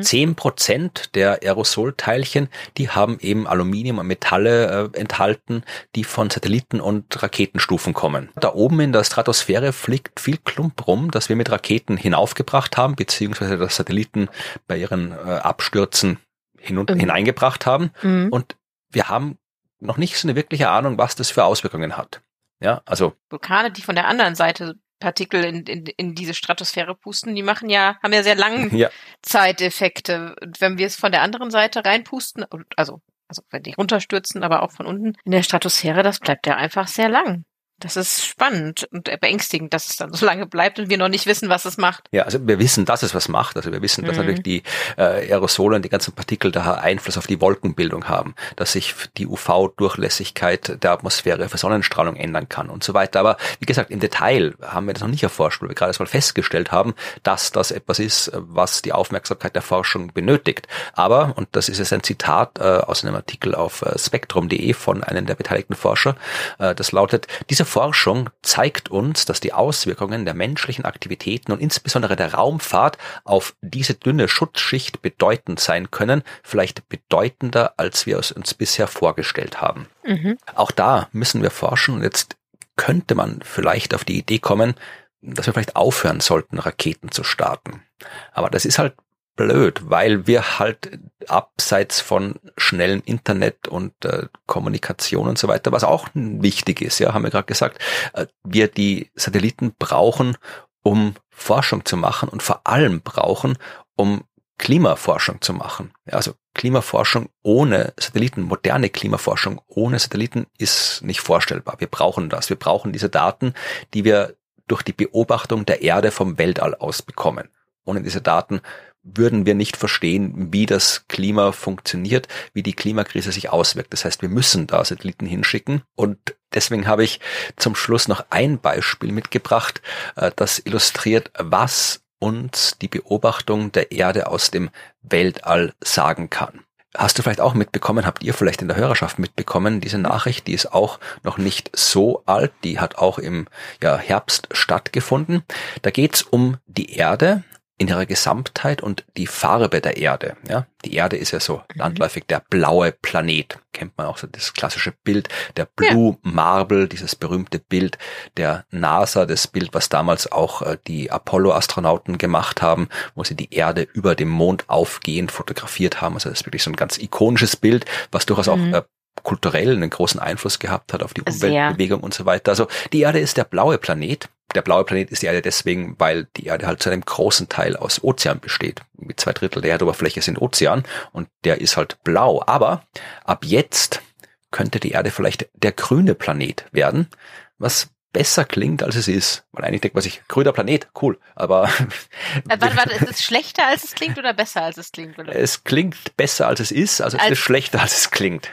10% der Aerosolteilchen, die haben eben Aluminium und Metalle enthalten, die von Satelliten und Raketenstufen kommen. Da oben in der Stratosphäre fliegt viel Klump rum, das wir mit Raketen hinaufgebracht haben, beziehungsweise das Satelliten bei ihren Abstürzen hineingebracht haben. Und wir haben noch nicht so eine wirkliche Ahnung, was das für Auswirkungen hat. Ja, also Vulkane, die von der anderen Seite Partikel in diese Stratosphäre pusten, die haben ja sehr lange Zeiteffekte. Und wenn wir es von der anderen Seite reinpusten, also wenn die runterstürzen, aber auch von unten in der Stratosphäre, das bleibt ja einfach sehr lang. Das ist spannend und beängstigend, dass es dann so lange bleibt und wir noch nicht wissen, was es macht. Ja, also wir wissen, dass es was macht. Also wir wissen, dass natürlich die Aerosole und die ganzen Partikel da Einfluss auf die Wolkenbildung haben, dass sich die UV-Durchlässigkeit der Atmosphäre für Sonnenstrahlung ändern kann und so weiter. Aber wie gesagt, im Detail haben wir das noch nicht erforscht, weil wir gerade mal festgestellt haben, dass das etwas ist, was die Aufmerksamkeit der Forschung benötigt. Aber, und das ist jetzt ein Zitat aus einem Artikel auf spektrum.de von einem der beteiligten Forscher, das lautet: Diese Forschung zeigt uns, dass die Auswirkungen der menschlichen Aktivitäten und insbesondere der Raumfahrt auf diese dünne Schutzschicht bedeutend sein können, vielleicht bedeutender, als wir es uns bisher vorgestellt haben. Auch da müssen wir forschen und jetzt könnte man vielleicht auf die Idee kommen, dass wir vielleicht aufhören sollten, Raketen zu starten. Aber das ist halt blöd, weil wir halt abseits von schnellem Internet und Kommunikation und so weiter, was auch wichtig ist, ja, haben wir gerade gesagt, wir die Satelliten brauchen, um Forschung zu machen und vor allem brauchen, um Klimaforschung zu machen. Ja, also Klimaforschung ohne Satelliten, moderne Klimaforschung ohne Satelliten ist nicht vorstellbar. Wir brauchen das. Wir brauchen diese Daten, die wir durch die Beobachtung der Erde vom Weltall aus bekommen. Ohne diese Daten würden wir nicht verstehen, wie das Klima funktioniert, wie die Klimakrise sich auswirkt. Das heißt, wir müssen da Satelliten hinschicken. Und deswegen habe ich zum Schluss noch ein Beispiel mitgebracht, das illustriert, was uns die Beobachtung der Erde aus dem Weltall sagen kann. Hast du vielleicht auch mitbekommen, habt ihr vielleicht in der Hörerschaft mitbekommen, diese Nachricht, die ist auch noch nicht so alt, die hat auch im Herbst stattgefunden. Da geht's um die Erde in ihrer Gesamtheit und die Farbe der Erde. Ja, die Erde ist ja so landläufig der blaue Planet. Kennt man auch so das klassische Bild der Blue Marble, dieses berühmte Bild der NASA, das Bild, was damals auch die Apollo-Astronauten gemacht haben, wo sie die Erde über dem Mond aufgehend fotografiert haben. Also das ist wirklich so ein ganz ikonisches Bild, was durchaus auch kulturell einen großen Einfluss gehabt hat auf die Umweltbewegung und so weiter. Also die Erde ist der blaue Planet. Der blaue Planet ist die Erde deswegen, weil die Erde halt zu einem großen Teil aus Ozean besteht. Mit 2/3 der Erdoberfläche sind Ozean und der ist halt blau. Aber ab jetzt könnte die Erde vielleicht der grüne Planet werden, was besser klingt, als es ist. Weil eigentlich denkt man sich, grüner Planet, cool, aber... Warte, ist es schlechter, als es klingt oder besser, als es klingt? Oder? Es klingt besser, als es ist, also es ist schlechter, als es klingt.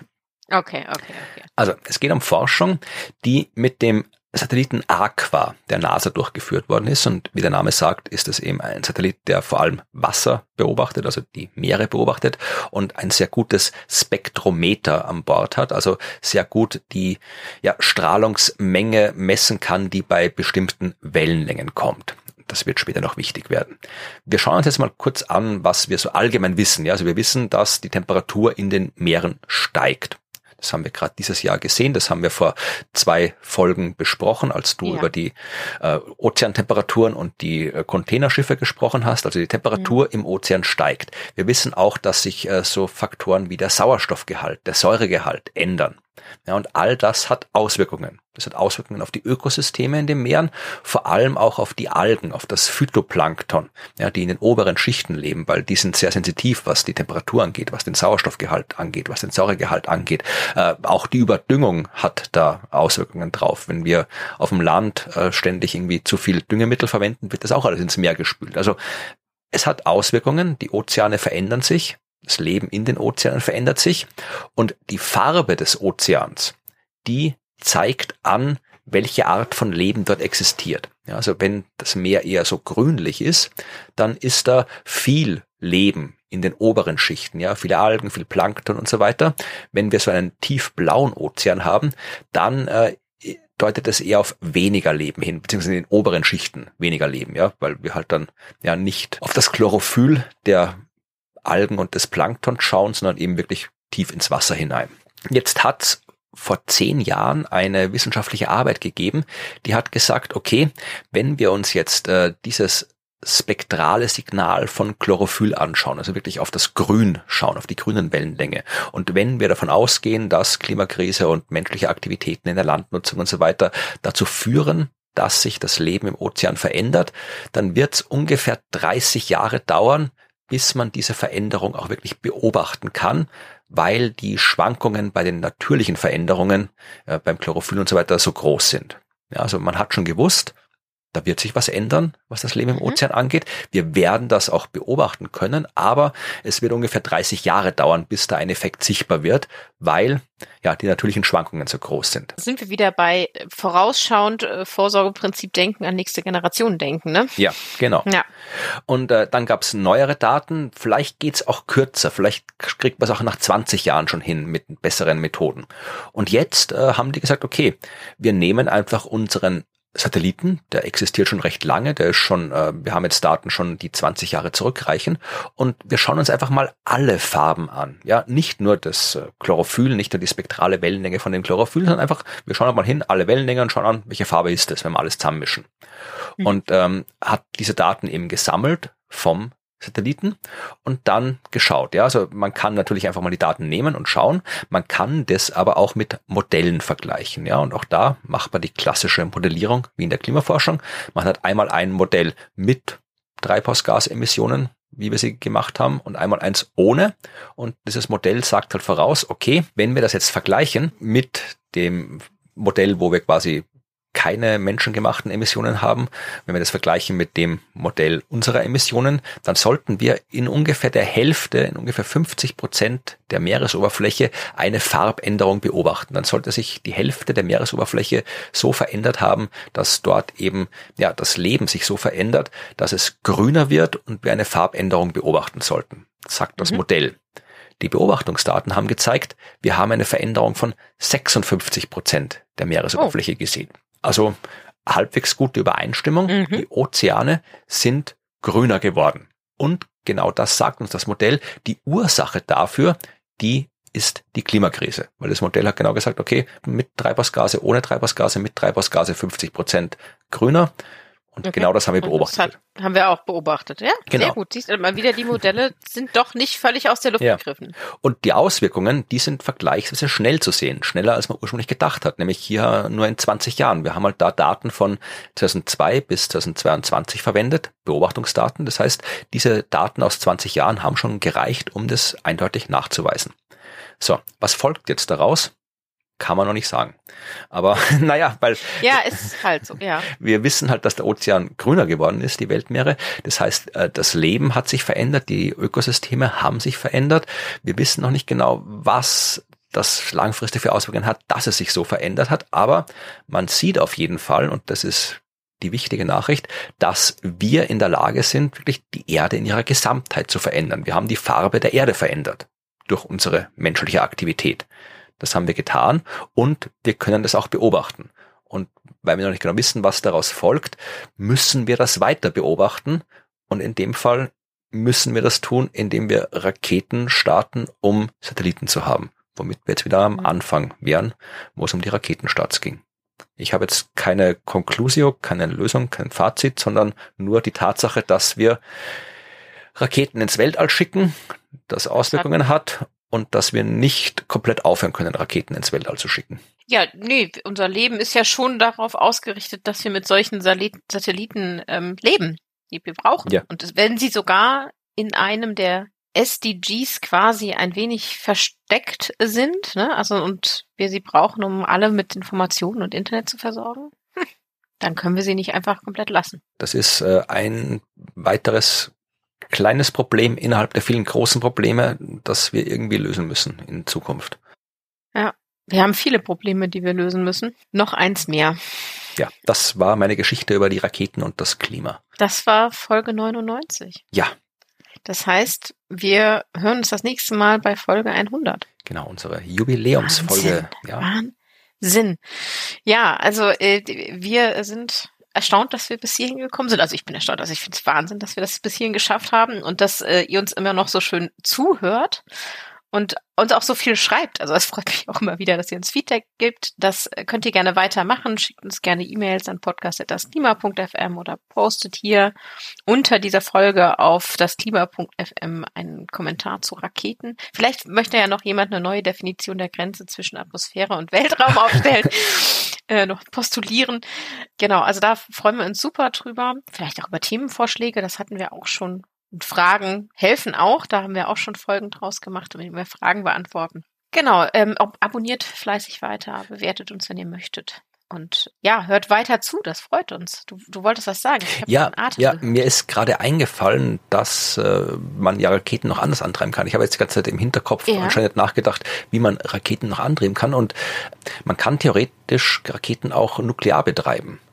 Okay. Also es geht um Forschung, die mit dem Satelliten Aqua der NASA durchgeführt worden ist, und wie der Name sagt, ist es eben ein Satellit, der vor allem Wasser beobachtet, also die Meere beobachtet und ein sehr gutes Spektrometer an Bord hat, also sehr gut die Strahlungsmenge messen kann, die bei bestimmten Wellenlängen kommt. Das wird später noch wichtig werden. Wir schauen uns jetzt mal kurz an, was wir so allgemein wissen. Ja, also wir wissen, dass die Temperatur in den Meeren steigt. Das haben wir gerade dieses Jahr gesehen. Das haben wir vor 2 Folgen besprochen, als du über die Ozeantemperaturen und die Containerschiffe gesprochen hast. Also die Temperatur im Ozean steigt. Wir wissen auch, dass sich so Faktoren wie der Sauerstoffgehalt, der Säuregehalt ändern. Ja, und all das hat Auswirkungen. Das hat Auswirkungen auf die Ökosysteme in den Meeren, vor allem auch auf die Algen, auf das Phytoplankton, ja, die in den oberen Schichten leben, weil die sind sehr sensitiv, was die Temperatur angeht, was den Sauerstoffgehalt angeht, was den Säuregehalt angeht. Auch die Überdüngung hat da Auswirkungen drauf. Wenn wir auf dem Land ständig irgendwie zu viel Düngemittel verwenden, wird das auch alles ins Meer gespült. Also es hat Auswirkungen, die Ozeane verändern sich. Das Leben in den Ozeanen verändert sich, und die Farbe des Ozeans, die zeigt an, welche Art von Leben dort existiert. Ja, also wenn das Meer eher so grünlich ist, dann ist da viel Leben in den oberen Schichten, ja, viele Algen, viel Plankton und so weiter. Wenn wir so einen tiefblauen Ozean haben, dann deutet es eher auf weniger Leben hin, beziehungsweise in den oberen Schichten weniger Leben, ja, weil wir halt dann ja nicht auf das Chlorophyll der Algen und des Planktons schauen, sondern eben wirklich tief ins Wasser hinein. Jetzt hat's vor 10 Jahren eine wissenschaftliche Arbeit gegeben, die hat gesagt, okay, wenn wir uns jetzt dieses spektrale Signal von Chlorophyll anschauen, also wirklich auf das Grün schauen, auf die grünen Wellenlänge, und wenn wir davon ausgehen, dass Klimakrise und menschliche Aktivitäten in der Landnutzung und so weiter dazu führen, dass sich das Leben im Ozean verändert, dann wird's ungefähr 30 Jahre dauern, bis man diese Veränderung auch wirklich beobachten kann, weil die Schwankungen bei den natürlichen Veränderungen, beim Chlorophyll und so weiter, so groß sind. Ja, also man hat schon gewusst, da wird sich was ändern, was das Leben im Ozean angeht. Wir werden das auch beobachten können, aber es wird ungefähr 30 Jahre dauern, bis da ein Effekt sichtbar wird, weil ja die natürlichen Schwankungen so groß sind. Sind wir wieder bei vorausschauend Vorsorgeprinzip denken, an nächste Generation denken, ne? Ja, genau. Ja. Und dann gab es neuere Daten. Vielleicht geht's auch kürzer. Vielleicht kriegt man es auch nach 20 Jahren schon hin mit besseren Methoden. Und jetzt haben die gesagt, okay, wir nehmen einfach unseren Satelliten, der existiert schon recht lange, der ist schon, wir haben jetzt Daten schon, die 20 Jahre zurückreichen, und wir schauen uns einfach mal alle Farben an. Ja, nicht nur das Chlorophyll, nicht nur die spektrale Wellenlänge von dem Chlorophyll, sondern einfach, wir schauen mal hin, alle Wellenlängen, und schauen an, welche Farbe ist das, wenn wir alles zusammenmischen. Und hat diese Daten eben gesammelt vom Satelliten und dann geschaut. Ja, also man kann natürlich einfach mal die Daten nehmen und schauen. Man kann das aber auch mit Modellen vergleichen. Ja, und auch da macht man die klassische Modellierung wie in der Klimaforschung. Man hat einmal ein Modell mit Treibhausgasemissionen, wie wir sie gemacht haben, und einmal eins ohne. Und dieses Modell sagt halt voraus, okay, wenn wir das jetzt vergleichen mit dem Modell, wo wir quasi keine menschengemachten Emissionen haben, wenn wir das vergleichen mit dem Modell unserer Emissionen, dann sollten wir in ungefähr der Hälfte, in ungefähr 50% der Meeresoberfläche eine Farbänderung beobachten. Dann sollte sich die Hälfte der Meeresoberfläche so verändert haben, dass dort eben ja das Leben sich so verändert, dass es grüner wird und wir eine Farbänderung beobachten sollten, sagt das Modell. Die Beobachtungsdaten haben gezeigt, wir haben eine Veränderung von 56% der Meeresoberfläche gesehen. Also halbwegs gute Übereinstimmung. Die Ozeane sind grüner geworden. Und genau das sagt uns das Modell. Die Ursache dafür, die ist die Klimakrise. Weil das Modell hat genau gesagt, okay, mit Treibhausgase, ohne Treibhausgase, mit Treibhausgase 50% grüner. Und genau das haben wir beobachtet. Das haben wir auch beobachtet, ja? Genau. Sehr gut. Siehst du mal wieder, die Modelle sind doch nicht völlig aus der Luft gegriffen. Und die Auswirkungen, die sind vergleichsweise schnell zu sehen. Schneller, als man ursprünglich gedacht hat. Nämlich hier nur in 20 Jahren. Wir haben halt da Daten von 2002 bis 2022 verwendet. Beobachtungsdaten. Das heißt, diese Daten aus 20 Jahren haben schon gereicht, um das eindeutig nachzuweisen. So, was folgt jetzt daraus? Kann man noch nicht sagen. Aber naja, weil ja, ist halt so, ja. Wir wissen halt, dass der Ozean grüner geworden ist, die Weltmeere. Das heißt, das Leben hat sich verändert, die Ökosysteme haben sich verändert. Wir wissen noch nicht genau, was das langfristig für Auswirkungen hat, dass es sich so verändert hat. Aber man sieht auf jeden Fall, und das ist die wichtige Nachricht, dass wir in der Lage sind, wirklich die Erde in ihrer Gesamtheit zu verändern. Wir haben die Farbe der Erde verändert durch unsere menschliche Aktivität. Das haben wir getan und wir können das auch beobachten. Und weil wir noch nicht genau wissen, was daraus folgt, müssen wir das weiter beobachten. Und in dem Fall müssen wir das tun, indem wir Raketen starten, um Satelliten zu haben. Womit wir jetzt wieder am Anfang wären, wo es um die Raketenstarts ging. Ich habe jetzt keine Conclusio, keine Lösung, kein Fazit, sondern nur die Tatsache, dass wir Raketen ins Weltall schicken, das Auswirkungen hat und dass wir nicht komplett aufhören können, Raketen ins Weltall zu schicken. Ja, nee, unser Leben ist ja schon darauf ausgerichtet, dass wir mit solchen Satelliten leben, die wir brauchen. Ja. Und wenn sie sogar in einem der SDGs quasi ein wenig versteckt sind, ne? Also und wir sie brauchen, um alle mit Informationen und Internet zu versorgen, dann können wir sie nicht einfach komplett lassen. Das ist ein weiteres kleines Problem innerhalb der vielen großen Probleme, das wir irgendwie lösen müssen in Zukunft. Ja, wir haben viele Probleme, die wir lösen müssen. Noch eins mehr. Ja, das war meine Geschichte über die Raketen und das Klima. Das war Folge 99. Ja. Das heißt, wir hören uns das nächste Mal bei Folge 100. Genau, unsere Jubiläumsfolge. Wahnsinn. Ja, also wir sind erstaunt, dass wir bis hierhin gekommen sind. Also ich bin erstaunt, also ich finde es Wahnsinn, dass wir das bis hierhin geschafft haben und dass ihr uns immer noch so schön zuhört und uns auch so viel schreibt. Also es freut mich auch immer wieder, dass ihr uns Feedback gibt. Das könnt ihr gerne weitermachen. Schickt uns gerne E-Mails an podcast@dasklima.fm oder postet hier unter dieser Folge auf dasklima.fm einen Kommentar zu Raketen. Vielleicht möchte ja noch jemand eine neue Definition der Grenze zwischen Atmosphäre und Weltraum aufstellen. Noch postulieren. Genau, also da freuen wir uns super drüber. Vielleicht auch über Themenvorschläge, das hatten wir auch schon. Und Fragen helfen auch, da haben wir auch schon Folgen draus gemacht, wenn wir Fragen beantworten. Genau, abonniert fleißig weiter, bewertet uns, wenn ihr möchtet. Und ja, hört weiter zu, das freut uns. Du wolltest was sagen. Ja, mir ist gerade eingefallen, dass man ja Raketen noch anders antreiben kann. Ich habe jetzt die ganze Zeit im Hinterkopf anscheinend nachgedacht, wie man Raketen noch antreiben kann. Und man kann theoretisch Raketen auch nuklear betreiben.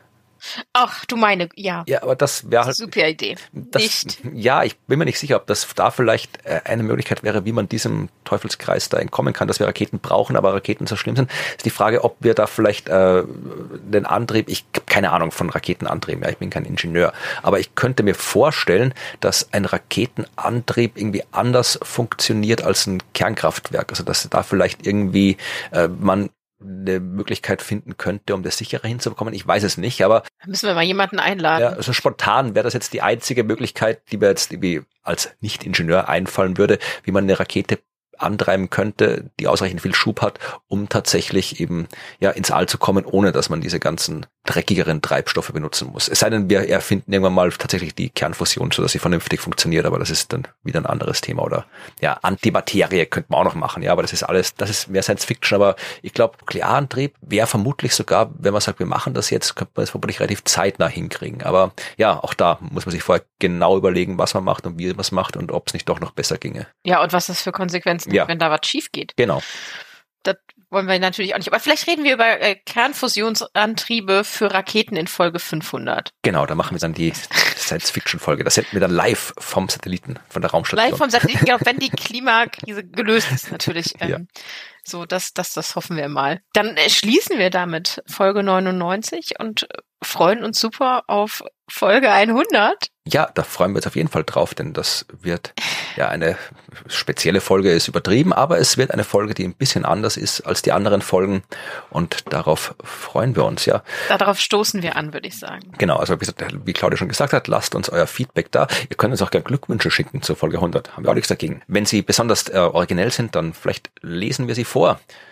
Ach, du meine, ja. Ja, aber das wäre halt... Super Idee. Ja, ich bin mir nicht sicher, ob das da vielleicht eine Möglichkeit wäre, wie man diesem Teufelskreis da entkommen kann, dass wir Raketen brauchen, aber Raketen so schlimm sind. Ist die Frage, ob wir da vielleicht den Antrieb, ich habe keine Ahnung von Raketenantrieben, ja, ich bin kein Ingenieur, aber ich könnte mir vorstellen, dass ein Raketenantrieb irgendwie anders funktioniert als ein Kernkraftwerk. Also dass da vielleicht irgendwie man eine Möglichkeit finden könnte, um das sicherer hinzubekommen. Ich weiß es nicht, aber... Da müssen wir mal jemanden einladen. Ja, also spontan wäre das jetzt die einzige Möglichkeit, die mir jetzt irgendwie als Nicht-Ingenieur einfallen würde, wie man eine Rakete antreiben könnte, die ausreichend viel Schub hat, um tatsächlich eben ins All zu kommen, ohne dass man diese ganzen dreckigeren Treibstoffe benutzen muss. Es sei denn, wir erfinden irgendwann mal tatsächlich die Kernfusion, sodass sie vernünftig funktioniert, aber das ist dann wieder ein anderes Thema. Oder Antimaterie könnte man auch noch machen, aber das ist alles, das ist mehr Science Fiction, aber ich glaube, Nuklearantrieb wäre vermutlich sogar, wenn man sagt, wir machen das jetzt, könnte man das vermutlich relativ zeitnah hinkriegen. Aber ja, auch da muss man sich vorher genau überlegen, was man macht und wie man es macht und ob es nicht doch noch besser ginge. Ja, und was das für Konsequenzen hat, wenn da was schief geht. Genau. Das wollen wir natürlich auch nicht. Aber vielleicht reden wir über Kernfusionsantriebe für Raketen in Folge 500. Genau, da machen wir dann die Science-Fiction-Folge. Das senden wir dann live vom Satelliten, von der Raumstation. Live vom Satelliten, genau, wenn die Klimakrise gelöst ist natürlich. So, das hoffen wir mal. Dann schließen wir damit Folge 99 und freuen uns super auf Folge 100. Ja, da freuen wir uns auf jeden Fall drauf, denn das wird eine spezielle Folge, ist übertrieben, aber es wird eine Folge, die ein bisschen anders ist als die anderen Folgen und darauf freuen wir uns, ja. Darauf stoßen wir an, würde ich sagen. Genau, also wie Claudia schon gesagt hat, lasst uns euer Feedback da. Ihr könnt uns auch gerne Glückwünsche schicken zur Folge 100, haben wir auch nichts dagegen. Wenn sie besonders originell sind, dann vielleicht lesen wir sie vor.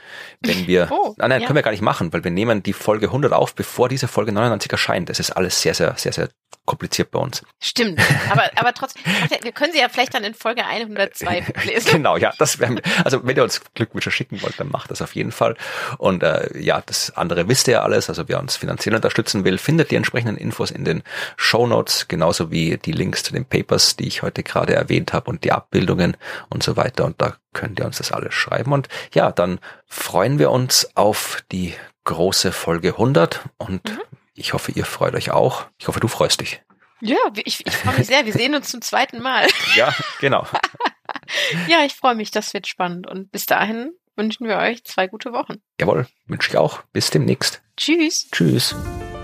wenn wir, können wir gar nicht machen, weil wir nehmen die Folge 100 auf, bevor diese Folge 99 erscheint. Das ist alles sehr, sehr, sehr, sehr kompliziert bei uns. Stimmt, aber trotzdem, wir können sie ja vielleicht dann in Folge 102 lesen. Genau, ja, das wäre, also wenn ihr uns Glückwünsche schicken wollt, dann macht das auf jeden Fall. Und das andere wisst ihr ja alles, also wer uns finanziell unterstützen will, findet die entsprechenden Infos in den Shownotes, genauso wie die Links zu den Papers, die ich heute gerade erwähnt habe und die Abbildungen und so weiter. Und da könnt ihr uns das alles schreiben. Und ja, dann freuen wir uns auf die große Folge 100 und ich hoffe, ihr freut euch auch. Ich hoffe, du freust dich. Ja, ich freue mich sehr. Wir sehen uns zum zweiten Mal. Ja, genau. Ja, ich freue mich. Das wird spannend. Und bis dahin wünschen wir euch 2 gute Wochen. Jawohl, wünsche ich auch. Bis demnächst. Tschüss. Tschüss.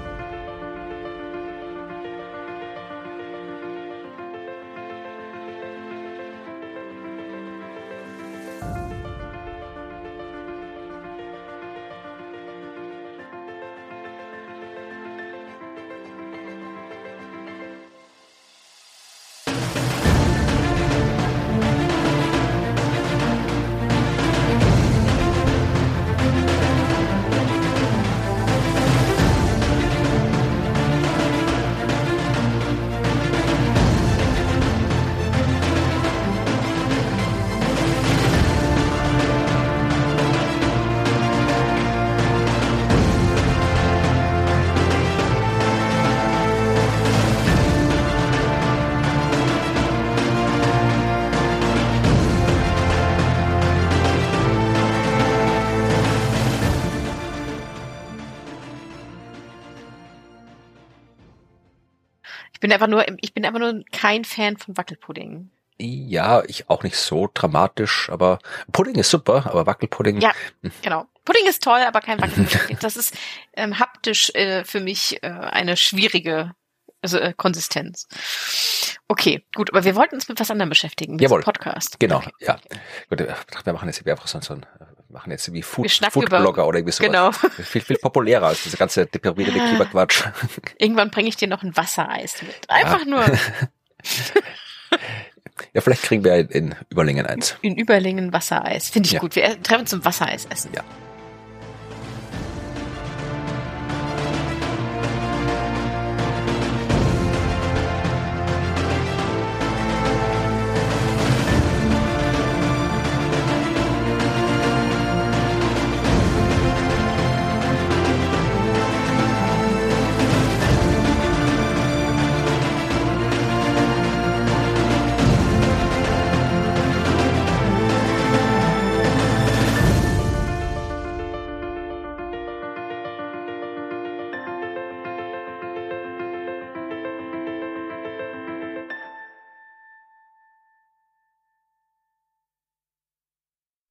Ich bin einfach nur kein Fan von Wackelpudding. Ja, ich auch nicht so dramatisch, aber Pudding ist super, aber Wackelpudding. Ja, genau. Pudding ist toll, aber kein Wackelpudding. Das ist haptisch für mich eine schwierige Konsistenz. Okay, gut, aber wir wollten uns mit was anderem beschäftigen, mit dem Podcast. Genau, okay. Ja. Gut, wir machen jetzt einfach so ein machen jetzt wie Foodblogger oder irgendwie sowas. Genau. Viel populärer als diese ganze deprivierte Klieberquatsch. Irgendwann bringe ich dir noch ein Wassereis mit. Einfach nur. Ja, vielleicht kriegen wir in Überlingen eins. In Überlingen Wassereis. Finde ich gut. Wir treffen uns zum Wassereis essen. Ja.